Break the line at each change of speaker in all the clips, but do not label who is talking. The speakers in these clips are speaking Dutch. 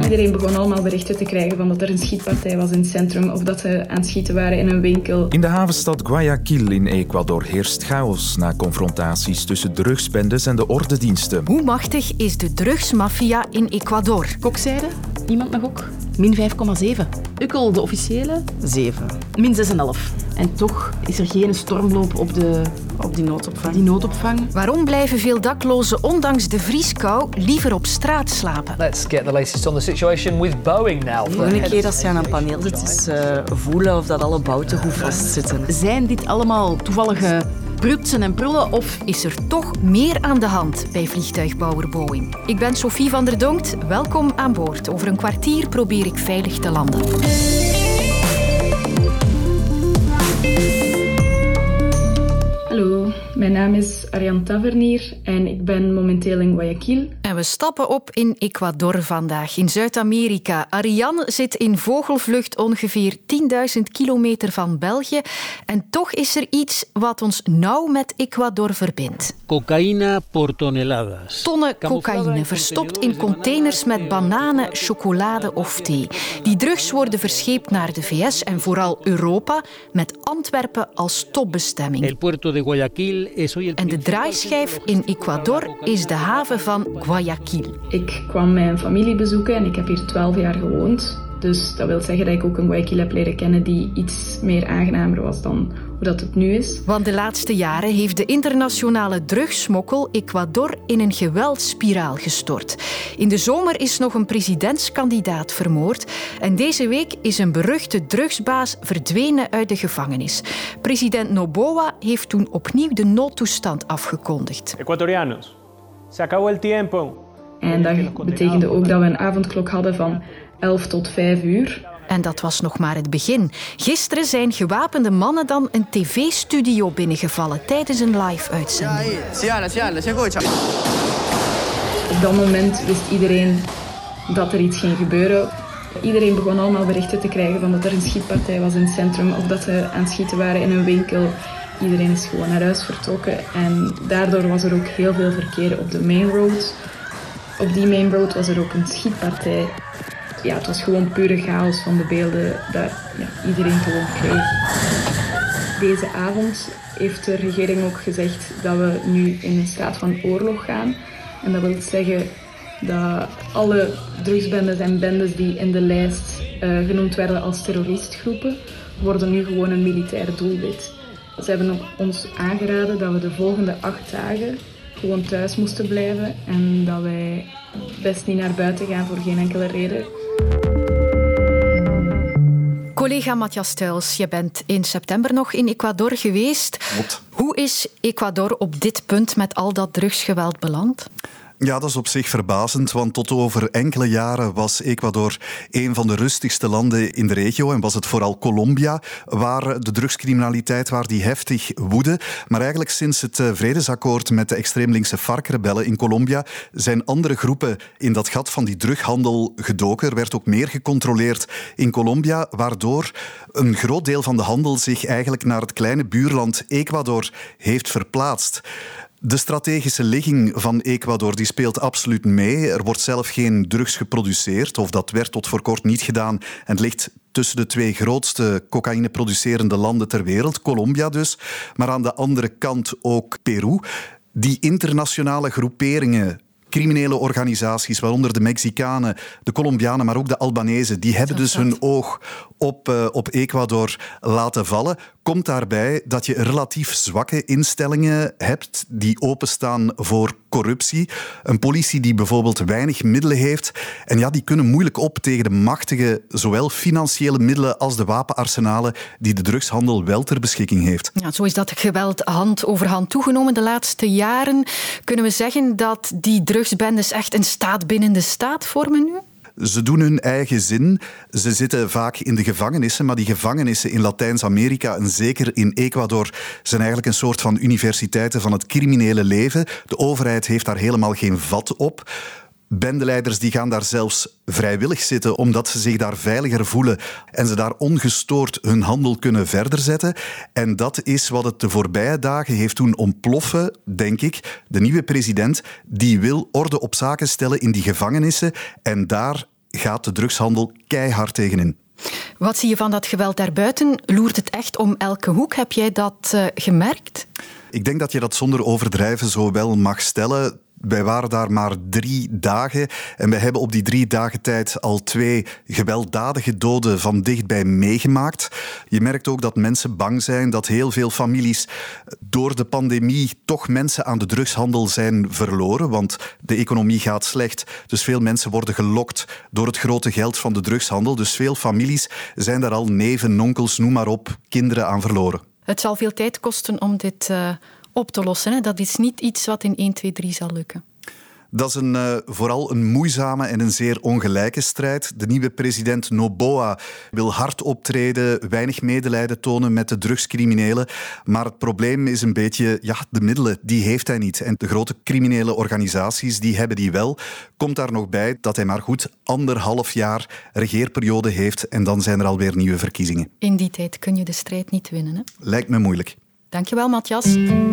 Iedereen begon allemaal berichten te krijgen van dat er een schietpartij was in het centrum of dat ze aan het schieten waren in een winkel.
In de havenstad Guayaquil in Ecuador heerst chaos na confrontaties tussen drugsbendes en de ordediensten.
Hoe machtig is de drugsmafia in Ecuador?
Kokzijde, iemand nog ook? Min 5,7. Ukkel, de officiële, 7. Min 6,5. En toch is er geen stormloop op die noodopvang.
Waarom blijven veel daklozen ondanks de vrieskou liever op straat slapen?
Let's get the latest on the situation with Boeing now.
Volgende keer als je aan een paneel zit, is voelen of dat alle bouten goed vastzitten.
Zijn dit allemaal toevallige prutsen en prullen of
Is er toch meer aan de hand bij vliegtuigbouwer Boeing? Ik ben Sophie van der Donkt. Welkom aan boord. Over een kwartier probeer ik veilig te landen.
Hallo, mijn naam is Ariane Tavernier en ik ben momenteel in Guayaquil.
En we stappen op in Ecuador vandaag, in Zuid-Amerika. Ariane zit in vogelvlucht ongeveer 10.000 kilometer van België. En toch is er iets wat ons nauw met Ecuador verbindt.
Cocaïna por toneladas.
Tonnen cocaïne, verstopt in containers met bananen, chocolade of thee. Die drugs worden verscheept naar de VS en vooral Europa, met Antwerpen als topbestemming.
El puerto de Guayaquil es hoy el
En de draaischijf in Ecuador is de haven van Guayaquil.
Ik kwam mijn familie bezoeken en ik heb hier 12 jaar gewoond. Dus dat wil zeggen dat ik ook een Guayaquil heb leren kennen die iets meer aangenamer was dan hoe dat het nu is.
Want de laatste jaren heeft de internationale drugssmokkel Ecuador in een geweldsspiraal gestort. In de zomer is nog een presidentskandidaat vermoord en deze week is een beruchte drugsbaas verdwenen uit de gevangenis. President Noboa heeft toen opnieuw de noodtoestand afgekondigd.
Ecuatorianos, se acabó el tiempo.
En dat betekende ook dat we een avondklok hadden van 11 tot 5 uur.
En dat was nog maar het begin. Gisteren zijn gewapende mannen dan een tv-studio binnengevallen tijdens een live-uitzending.
Op dat moment wist iedereen dat er iets ging gebeuren. Iedereen begon allemaal berichten te krijgen van dat er een schietpartij was in het centrum of dat ze aan het schieten waren in een winkel. Iedereen is gewoon naar huis vertrokken en daardoor was er ook heel veel verkeer op de main road. Op die main road was er ook een schietpartij. Ja, het was gewoon pure chaos van de beelden dat iedereen gewoon kreeg. Deze avond heeft de regering ook gezegd dat we nu in een staat van oorlog gaan. En dat wil zeggen dat alle drugsbendes en bendes die in de lijst genoemd werden als terroristgroepen, worden nu gewoon een militair doelwit. Ze hebben ook ons aangeraden dat we de volgende 8 dagen gewoon thuis moesten blijven en dat wij best niet naar buiten gaan voor geen enkele reden.
Collega Matthias Stuyls, je bent in september nog in Ecuador geweest.
Wat?
Hoe is Ecuador op dit punt met al dat drugsgeweld beland?
Ja, dat is op zich verbazend, want tot over enkele jaren was Ecuador een van de rustigste landen in de regio en was het vooral Colombia waar de drugscriminaliteit die heftig woedde. Maar eigenlijk sinds het vredesakkoord met de extreemlinkse FARC-rebellen in Colombia zijn andere groepen in dat gat van die drughandel gedoken. Er werd ook meer gecontroleerd in Colombia, waardoor een groot deel van de handel zich eigenlijk naar het kleine buurland Ecuador heeft verplaatst. De strategische ligging van Ecuador die speelt absoluut mee. Er wordt zelf geen drugs geproduceerd, of dat werd tot voor kort niet gedaan. En het ligt tussen de 2 grootste cocaïneproducerende landen ter wereld, Colombia dus. Maar aan de andere kant ook Peru. Die internationale groeperingen, criminele organisaties, waaronder de Mexicanen, de Colombianen, maar ook de Albanezen, die hebben dus hun oog op Ecuador laten vallen. Komt daarbij dat je relatief zwakke instellingen hebt die openstaan voor corruptie. Een politie die bijvoorbeeld weinig middelen heeft. En ja, die kunnen moeilijk op tegen de machtige, zowel financiële middelen als de wapenarsenalen die de drugshandel wel ter beschikking heeft.
Ja, zo is dat geweld hand over hand toegenomen de laatste jaren. Kunnen we zeggen dat die drugsbendes echt een staat binnen de staat vormen nu?
Ze doen hun eigen zin. Ze zitten vaak in de gevangenissen, maar die gevangenissen in Latijns-Amerika en zeker in Ecuador zijn eigenlijk een soort van universiteiten van het criminele leven. De overheid heeft daar helemaal geen vat op. Bendeleiders die gaan daar zelfs vrijwillig zitten omdat ze zich daar veiliger voelen en ze daar ongestoord hun handel kunnen verder zetten. En dat is wat het de voorbije dagen heeft doen ontploffen, denk ik. De nieuwe president die wil orde op zaken stellen in die gevangenissen en daar gaat de drugshandel keihard tegenin.
Wat zie je van dat geweld daarbuiten? Loert het echt om elke hoek? Heb jij dat gemerkt?
Ik denk dat je dat zonder overdrijven zo wel mag stellen. Wij waren daar maar 3 dagen en wij hebben op die 3 dagen tijd al 2 gewelddadige doden van dichtbij meegemaakt. Je merkt ook dat mensen bang zijn, dat heel veel families door de pandemie toch mensen aan de drugshandel zijn verloren, want de economie gaat slecht. Dus veel mensen worden gelokt door het grote geld van de drugshandel. Dus veel families zijn daar al neven, onkels, noem maar op, kinderen aan verloren.
Het zal veel tijd kosten om dit op te lossen. Hè? Dat is niet iets wat in 1, 2, 3 zal lukken.
Dat is vooral een moeizame en een zeer ongelijke strijd. De nieuwe president Noboa wil hard optreden, weinig medelijden tonen met de drugscriminelen. Maar het probleem is een beetje, de middelen, die heeft hij niet. En de grote criminele organisaties, die hebben die wel. Komt daar nog bij dat hij maar goed 1,5 jaar regeerperiode heeft en dan zijn er alweer nieuwe verkiezingen.
In die tijd kun je de strijd niet winnen, hè?
Lijkt me moeilijk.
Dankjewel, Matthias.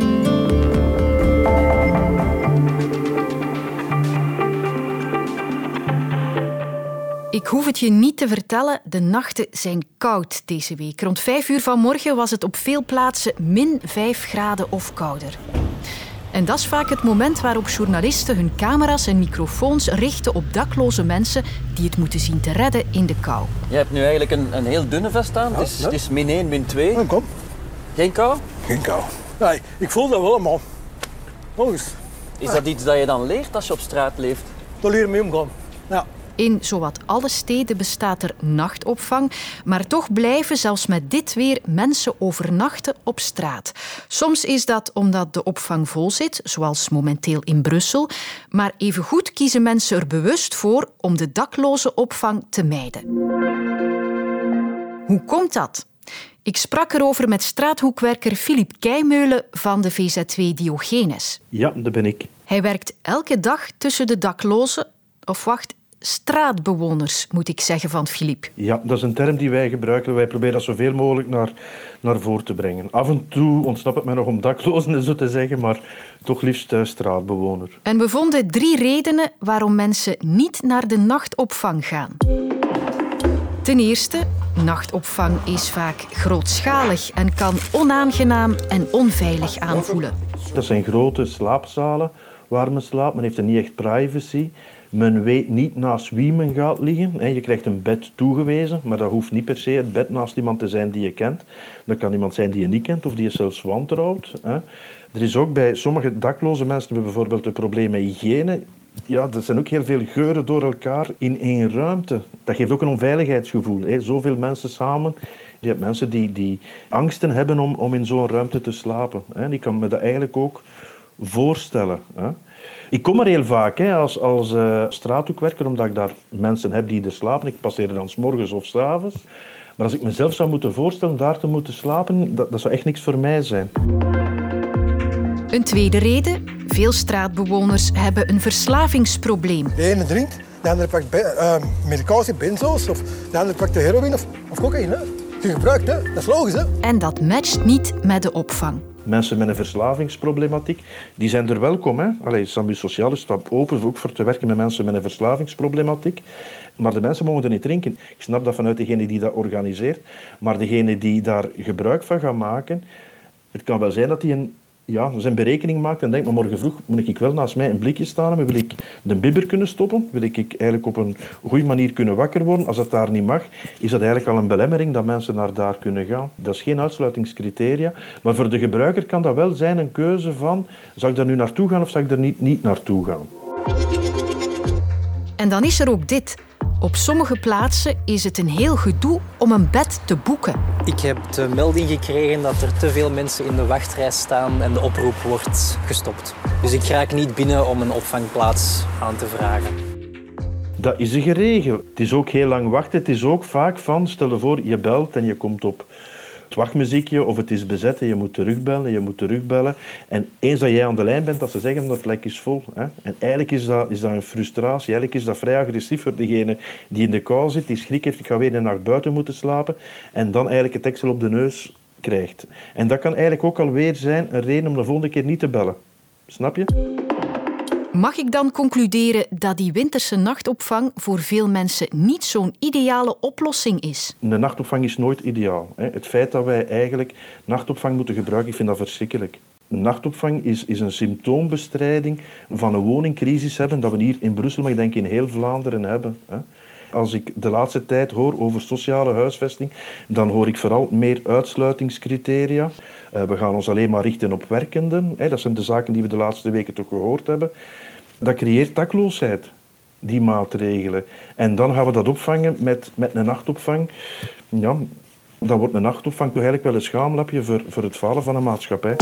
Ik hoef het je niet te vertellen, de nachten zijn koud deze week. Rond 5 uur vanmorgen was het op veel plaatsen -5 graden of kouder. En dat is vaak het moment waarop journalisten hun camera's en microfoons richten op dakloze mensen die het moeten zien te redden in de kou.
Je hebt nu eigenlijk een heel dunne vest aan. Het is -1, -2.
Ja, kom.
Geen kou?
Geen kou. Nee, ik voel dat wel, man. Nog eens.
Is dat iets dat je dan leert als je op straat leeft?
Daar leer je mee omgaan. Ja.
In zowat alle steden bestaat er nachtopvang, maar toch blijven zelfs met dit weer mensen overnachten op straat. Soms is dat omdat de opvang vol zit, zoals momenteel in Brussel, maar evengoed kiezen mensen er bewust voor om de dakloze opvang te mijden. Hoe komt dat? Ik sprak erover met straathoekwerker Filip Keimeulen van de VZW Diogenes.
Ja, dat ben ik.
Hij werkt elke dag tussen de daklozen, straatbewoners, moet ik zeggen, van Filip.
Ja, dat is een term die wij gebruiken. Wij proberen dat zoveel mogelijk naar voren te brengen. Af en toe ontsnapt het mij nog om daklozen, zo te zeggen, maar toch liefst straatbewoner.
En we vonden 3 redenen waarom mensen niet naar de nachtopvang gaan. Ten eerste, nachtopvang is vaak grootschalig en kan onaangenaam en onveilig aanvoelen.
Dat zijn grote slaapzalen waar men slaapt. Men heeft er niet echt privacy. Men weet niet naast wie men gaat liggen. Je krijgt een bed toegewezen, maar dat hoeft niet per se het bed naast iemand te zijn die je kent. Dat kan iemand zijn die je niet kent of die je zelfs wantrouwt. Er is ook bij sommige dakloze mensen bijvoorbeeld een probleem met hygiëne. Ja, er zijn ook heel veel geuren door elkaar in één ruimte. Dat geeft ook een onveiligheidsgevoel. Zoveel mensen samen. Je hebt mensen die angsten hebben om in zo'n ruimte te slapen. Die kan me dat eigenlijk ook voorstellen. Ik kom er heel vaak als straathoekwerker, omdat ik daar mensen heb die er slapen. Ik passeer er dan 's morgens of 's avonds. Maar als ik mezelf zou moeten voorstellen daar te moeten slapen, dat zou echt niks voor mij zijn.
Een tweede reden. Veel straatbewoners hebben een verslavingsprobleem.
De ene drinkt, de andere pakt medicatie, benzo's, of de andere pakt de heroïne of cocaïne. Je gebruikt, hè? Dat is logisch, hè?
En dat matcht niet met de opvang.
Mensen met een verslavingsproblematiek, die zijn er welkom. Sambu Sociaal staat open ook voor te werken met mensen met een verslavingsproblematiek. Maar de mensen mogen er niet drinken. Ik snap dat vanuit degene die dat organiseert. Maar degene die daar gebruik van gaat maken, het kan wel zijn dat hij zijn berekening maakt en denkt, maar morgen vroeg moet ik wel naast mij een blikje staan, maar wil ik de bibber kunnen stoppen? Wil ik eigenlijk op een goede manier kunnen wakker worden? Als dat daar niet mag, is dat eigenlijk al een belemmering dat mensen naar daar kunnen gaan. Dat is geen uitsluitingscriteria, maar voor de gebruiker kan dat wel zijn een keuze van, zou ik daar nu naartoe gaan of zou ik er niet naartoe gaan?
En dan is er ook dit. Op sommige plaatsen is het een heel gedoe om een bed te boeken.
Ik heb de melding gekregen dat er te veel mensen in de wachtrij staan en de oproep wordt gestopt. Dus ik raak niet binnen om een opvangplaats aan te vragen.
Dat is geregeld. Het is ook heel lang wachten. Het is ook vaak van, stel je voor, je belt en je komt op het wachtmuziekje of het is bezet en je moet terugbellen. En eens dat jij aan de lijn bent, dat ze zeggen dat het plek is vol. En eigenlijk is dat een frustratie. Eigenlijk is dat vrij agressief voor degene die in de kou zit, die schrik heeft, ik ga weer een nacht buiten moeten slapen en dan eigenlijk het deksel op de neus krijgt. En dat kan eigenlijk ook alweer zijn een reden om de volgende keer niet te bellen. Snap je?
Mag ik dan concluderen dat die winterse nachtopvang voor veel mensen niet zo'n ideale oplossing is?
De nachtopvang is nooit ideaal. Het feit dat wij eigenlijk nachtopvang moeten gebruiken, ik vind dat verschrikkelijk. Nachtopvang is een symptoombestrijding van een woningcrisis hebben dat we hier in Brussel, maar ik denk in heel Vlaanderen hebben. Als ik de laatste tijd hoor over sociale huisvesting, dan hoor ik vooral meer uitsluitingscriteria. We gaan ons alleen maar richten op werkenden. Dat zijn de zaken die we de laatste weken toch gehoord hebben. Dat creëert dakloosheid, die maatregelen. En dan gaan we dat opvangen met een nachtopvang. Ja, dan wordt een nachtopvang toch eigenlijk wel een schaamlapje voor het falen van een maatschappij.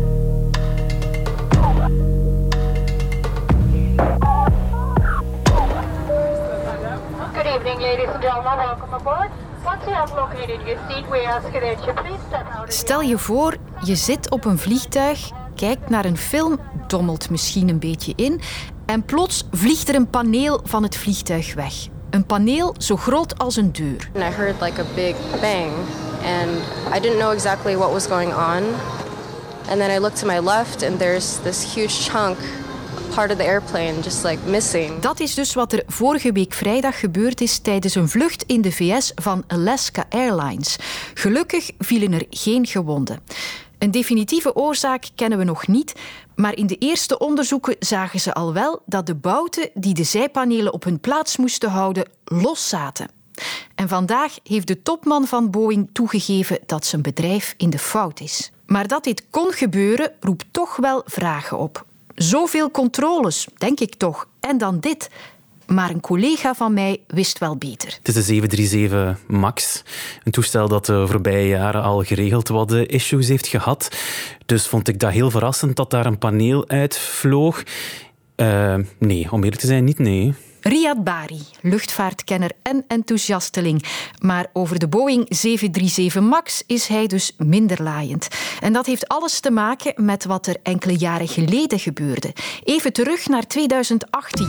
Stel je voor, je zit op een vliegtuig, kijkt naar een film, dommelt misschien een beetje in en plots vliegt er een paneel van het vliegtuig weg. Een paneel zo groot als een deur.
I heard like a big bang and I didn't know exactly what was going on. And then I looked to my left and there's this huge chunk, part of the airplane just like missing.
Dat is dus wat er vorige week vrijdag gebeurd is tijdens een vlucht in de VS van Alaska Airlines. Gelukkig vielen er geen gewonden. Een definitieve oorzaak kennen we nog niet, maar in de eerste onderzoeken zagen ze al wel dat de bouten die de zijpanelen op hun plaats moesten houden, los zaten. En vandaag heeft de topman van Boeing toegegeven dat zijn bedrijf in de fout is. Maar dat dit kon gebeuren, roept toch wel vragen op. Zoveel controles, denk ik toch. En dan dit. Maar een collega van mij wist wel beter.
Het is de 737 MAX. Een toestel dat de voorbije jaren al geregeld wat issues heeft gehad. Dus vond ik dat heel verrassend dat daar een paneel uitvloog. Nee, om eerlijk te zijn, niet nee.
Riyad Bari, luchtvaartkenner en enthousiasteling. Maar over de Boeing 737 MAX is hij dus minder laaiend. En dat heeft alles te maken met wat er enkele jaren geleden gebeurde. Even terug naar 2018.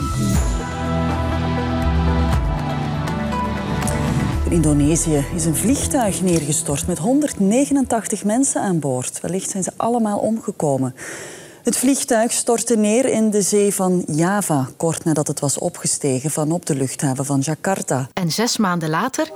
In Indonesië is een vliegtuig neergestort met 189 mensen aan boord. Wellicht zijn ze allemaal omgekomen. Het vliegtuig stortte neer in de zee van Java, kort nadat het was opgestegen vanop de luchthaven van Jakarta.
En 6 maanden later...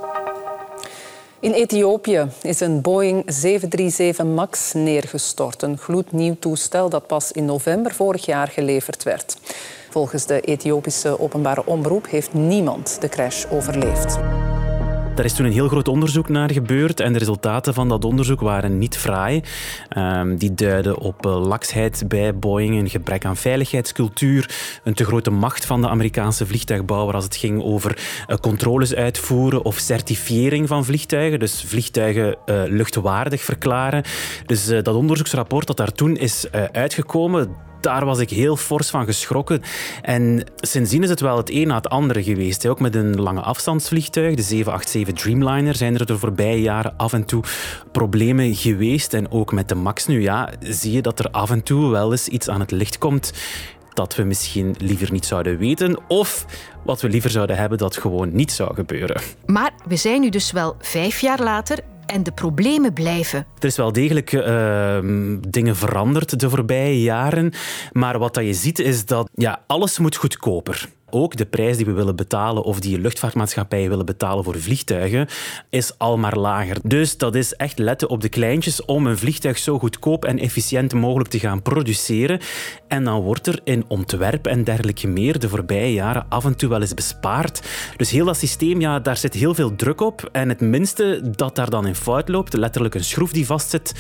In Ethiopië is een Boeing 737 MAX neergestort. Een gloednieuw toestel dat pas in november vorig jaar geleverd werd. Volgens de Ethiopische openbare omroep heeft niemand de crash overleefd.
Daar is toen een heel groot onderzoek naar gebeurd en de resultaten van dat onderzoek waren niet fraai. Die duiden op laksheid bij Boeing, een gebrek aan veiligheidscultuur, een te grote macht van de Amerikaanse vliegtuigbouwer als het ging over controles uitvoeren of certifiëring van vliegtuigen, dus vliegtuigen luchtwaardig verklaren. Dus dat onderzoeksrapport dat daar toen is uitgekomen, daar was ik heel fors van geschrokken. En sindsdien is het wel het een na het andere geweest. Ook met een lange afstandsvliegtuig, de 787 Dreamliner, zijn er de voorbije jaren af en toe problemen geweest. En ook met de MAX nu, ja, zie je dat er af en toe wel eens iets aan het licht komt dat we misschien liever niet zouden weten, of wat we liever zouden hebben dat gewoon niet zou gebeuren.
Maar we zijn nu dus wel 5 jaar later en de problemen blijven.
Er is wel degelijk dingen veranderd de voorbije jaren, maar wat dat je ziet is dat alles moet goedkoper. Ook de prijs die we willen betalen of die luchtvaartmaatschappijen willen betalen voor vliegtuigen is al maar lager. Dus dat is echt letten op de kleintjes om een vliegtuig zo goedkoop en efficiënt mogelijk te gaan produceren. En dan wordt er in ontwerp en dergelijke meer de voorbije jaren af en toe wel eens bespaard. Dus heel dat systeem, daar zit heel veel druk op. En het minste dat daar dan in fout loopt, letterlijk een schroef die vastzit,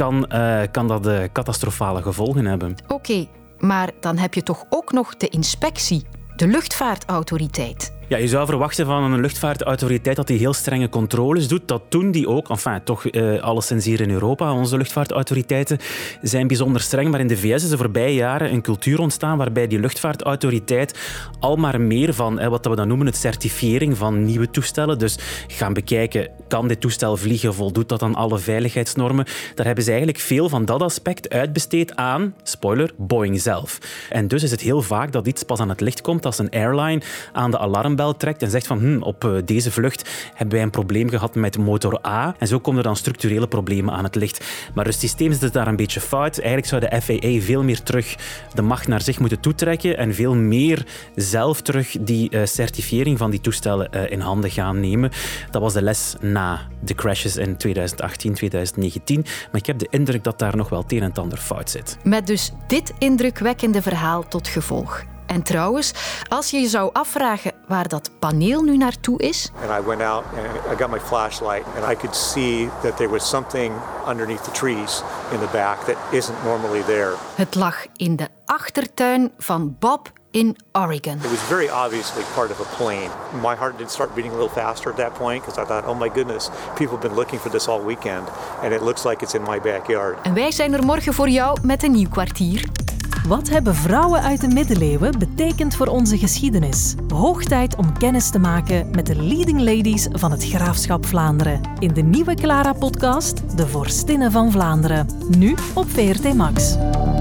kan dat catastrofale gevolgen hebben.
Oké, maar dan heb je toch ook nog de inspectie. De luchtvaartautoriteit.
Ja, je zou verwachten van een luchtvaartautoriteit dat die heel strenge controles doet. Dat doen die ook. Enfin, toch alleszins hier in Europa. Onze luchtvaartautoriteiten zijn bijzonder streng. Maar in de VS is de voorbije jaren een cultuur ontstaan waarbij die luchtvaartautoriteit al maar meer van wat we dan noemen het certifiëring van nieuwe toestellen. Dus gaan bekijken, kan dit toestel vliegen? Voldoet dat aan alle veiligheidsnormen? Daar hebben ze eigenlijk veel van dat aspect uitbesteed aan, spoiler, Boeing zelf. En dus is het heel vaak dat iets pas aan het licht komt als een airline aan de alarmbel alarmbel trekt en zegt van op deze vlucht hebben wij een probleem gehad met motor A. En zo komen er dan structurele problemen aan het licht. Maar het systeem zit daar een beetje fout. Eigenlijk zou de FAA veel meer terug de macht naar zich moeten toetrekken en veel meer zelf terug die certifiering van die toestellen in handen gaan nemen. Dat was de les na de crashes in 2018, 2019. Maar ik heb de indruk dat daar nog wel het een en het ander fout zit.
Met dus dit indrukwekkende verhaal tot gevolg. En trouwens, als je je zou afvragen waar dat paneel nu naartoe is...
And I went out and I got my flashlight and I could see that there was something underneath the trees in the back that isn't normally there.
Het lag in de achtertuin van Bob in Oregon.
It was very obviously part of a plane. My heart did start beating a little faster at that point because I thought, oh my goodness, people have been looking for this all weekend and it looks like it's in my backyard.
En wij zijn er morgen voor jou met een nieuw kwartier.
Wat hebben vrouwen uit de middeleeuwen betekend voor onze geschiedenis? Hoog tijd om kennis te maken met de leading ladies van het Graafschap Vlaanderen. In de nieuwe Clara-podcast De Vorstinnen van Vlaanderen. Nu op VRT Max.